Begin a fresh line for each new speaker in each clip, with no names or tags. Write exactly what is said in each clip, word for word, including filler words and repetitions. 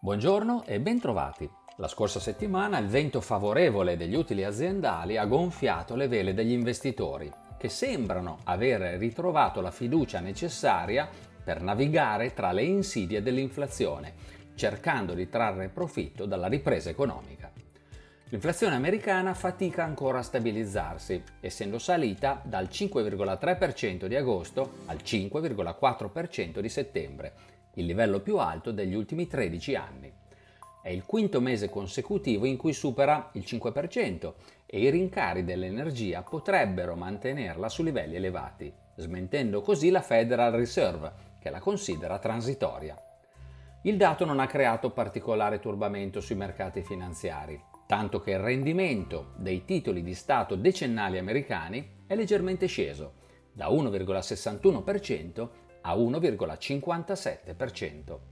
Buongiorno e bentrovati. La scorsa settimana il vento favorevole degli utili aziendali ha gonfiato le vele degli investitori, che sembrano aver ritrovato la fiducia necessaria per navigare tra le insidie dell'inflazione, cercando di trarre profitto dalla ripresa economica. L'inflazione americana fatica ancora a stabilizzarsi, essendo salita dal cinque virgola tre per cento di agosto al cinque virgola quattro per cento di settembre, il livello più alto degli ultimi tredici anni. È il quinto mese consecutivo in cui supera il cinque per cento e i rincari dell'energia potrebbero mantenerla su livelli elevati, smentendo così la Federal Reserve, che la considera transitoria. Il dato non ha creato particolare turbamento sui mercati finanziari, tanto che il rendimento dei titoli di Stato decennali americani è leggermente sceso, da uno virgola sessantuno per cento a uno virgola cinquantasette per cento.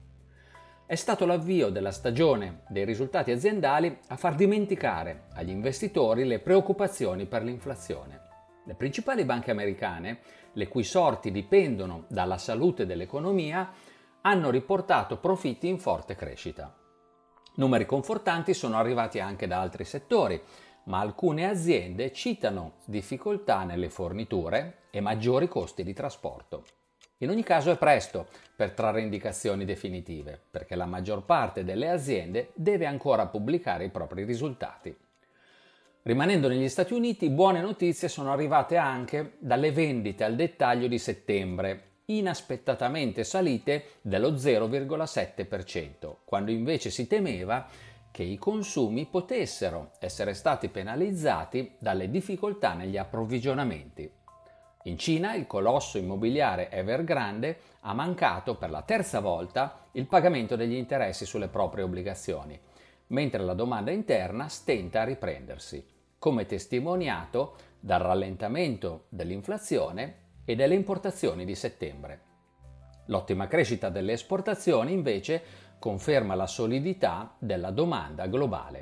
È stato l'avvio della stagione dei risultati aziendali a far dimenticare agli investitori le preoccupazioni per l'inflazione. Le principali banche americane, le cui sorti dipendono dalla salute dell'economia, hanno riportato profitti in forte crescita. Numeri confortanti sono arrivati anche da altri settori, ma alcune aziende citano difficoltà nelle forniture e maggiori costi di trasporto. In ogni caso è presto per trarre indicazioni definitive, perché la maggior parte delle aziende deve ancora pubblicare i propri risultati. Rimanendo negli Stati Uniti, buone notizie sono arrivate anche dalle vendite al dettaglio di settembre, inaspettatamente salite dello zero virgola sette per cento, quando invece si temeva che i consumi potessero essere stati penalizzati dalle difficoltà negli approvvigionamenti. In Cina il colosso immobiliare Evergrande ha mancato per la terza volta il pagamento degli interessi sulle proprie obbligazioni, mentre la domanda interna stenta a riprendersi, come testimoniato dal rallentamento dell'inflazione e delle importazioni di settembre. L'ottima crescita delle esportazioni invece conferma la solidità della domanda globale.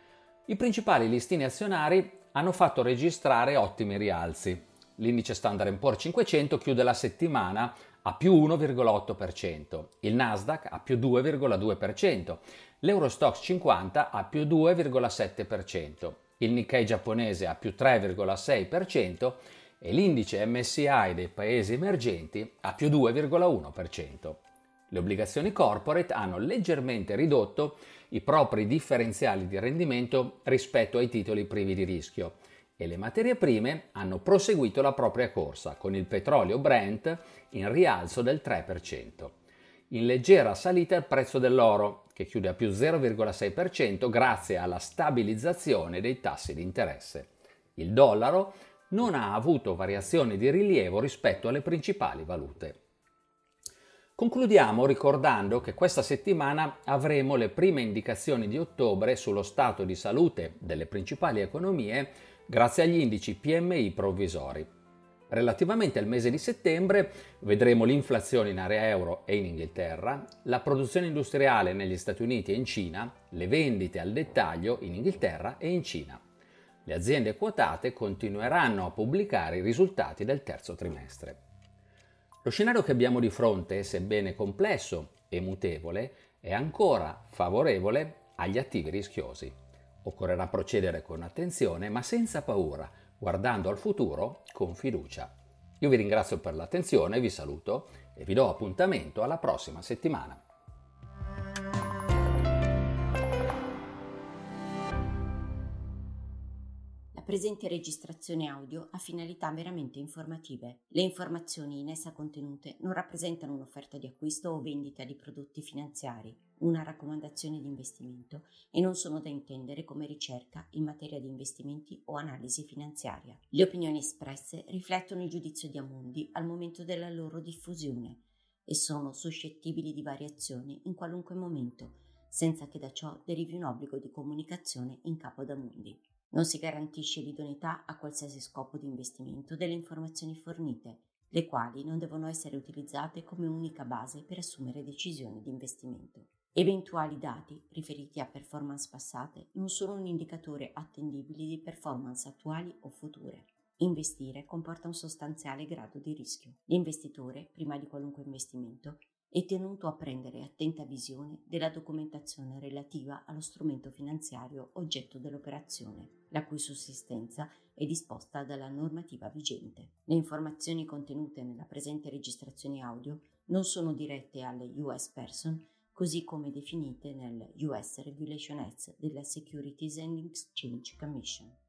I principali listini azionari hanno fatto registrare ottimi rialzi. L'indice Standard and Poor's cinquecento chiude la settimana a più uno virgola otto per cento, il Nasdaq a più due virgola due per cento, l'Eurostoxx cinquanta a più due virgola sette per cento, il Nikkei giapponese a più tre virgola sei per cento e l'indice M S C I dei paesi emergenti a più due virgola uno per cento. Le obbligazioni corporate hanno leggermente ridotto i propri differenziali di rendimento rispetto ai titoli privi di rischio e le materie prime hanno proseguito la propria corsa, con il petrolio Brent in rialzo del tre per cento. In leggera salita il prezzo dell'oro, che chiude a più zero virgola sei per cento grazie alla stabilizzazione dei tassi di interesse. Il dollaro non ha avuto variazioni di rilievo rispetto alle principali valute. Concludiamo ricordando che questa settimana avremo le prime indicazioni di ottobre sullo stato di salute delle principali economie grazie agli indici P M I provvisori. Relativamente al mese di settembre vedremo l'inflazione in area euro e in Inghilterra, la produzione industriale negli Stati Uniti e in Cina, le vendite al dettaglio in Inghilterra e in Cina. Le aziende quotate continueranno a pubblicare i risultati del terzo trimestre. Lo scenario che abbiamo di fronte, sebbene complesso e mutevole, è ancora favorevole agli attivi rischiosi. Occorrerà procedere con attenzione, ma senza paura, guardando al futuro con fiducia. Io vi ringrazio per l'attenzione, vi saluto e vi do appuntamento alla prossima settimana.
La presente registrazione audio ha finalità meramente informative. Le informazioni in essa contenute non rappresentano un'offerta di acquisto o vendita di prodotti finanziari, una raccomandazione di investimento e non sono da intendere come ricerca in materia di investimenti o analisi finanziaria. Le opinioni espresse riflettono il giudizio di Amundi al momento della loro diffusione e sono suscettibili di variazioni in qualunque momento, senza che da ciò derivi un obbligo di comunicazione in capo ad Amundi. Non si garantisce l'idoneità a qualsiasi scopo di investimento delle informazioni fornite, le quali non devono essere utilizzate come unica base per assumere decisioni di investimento. Eventuali dati riferiti a performance passate non sono un indicatore attendibile di performance attuali o future. Investire comporta un sostanziale grado di rischio. L'investitore, prima di qualunque investimento, è tenuto a prendere attenta visione della documentazione relativa allo strumento finanziario oggetto dell'operazione, la cui sussistenza è disposta dalla normativa vigente. Le informazioni contenute nella presente registrazione audio non sono dirette alle U S person, così come definite nel U S Regulation Act della Securities and Exchange Commission.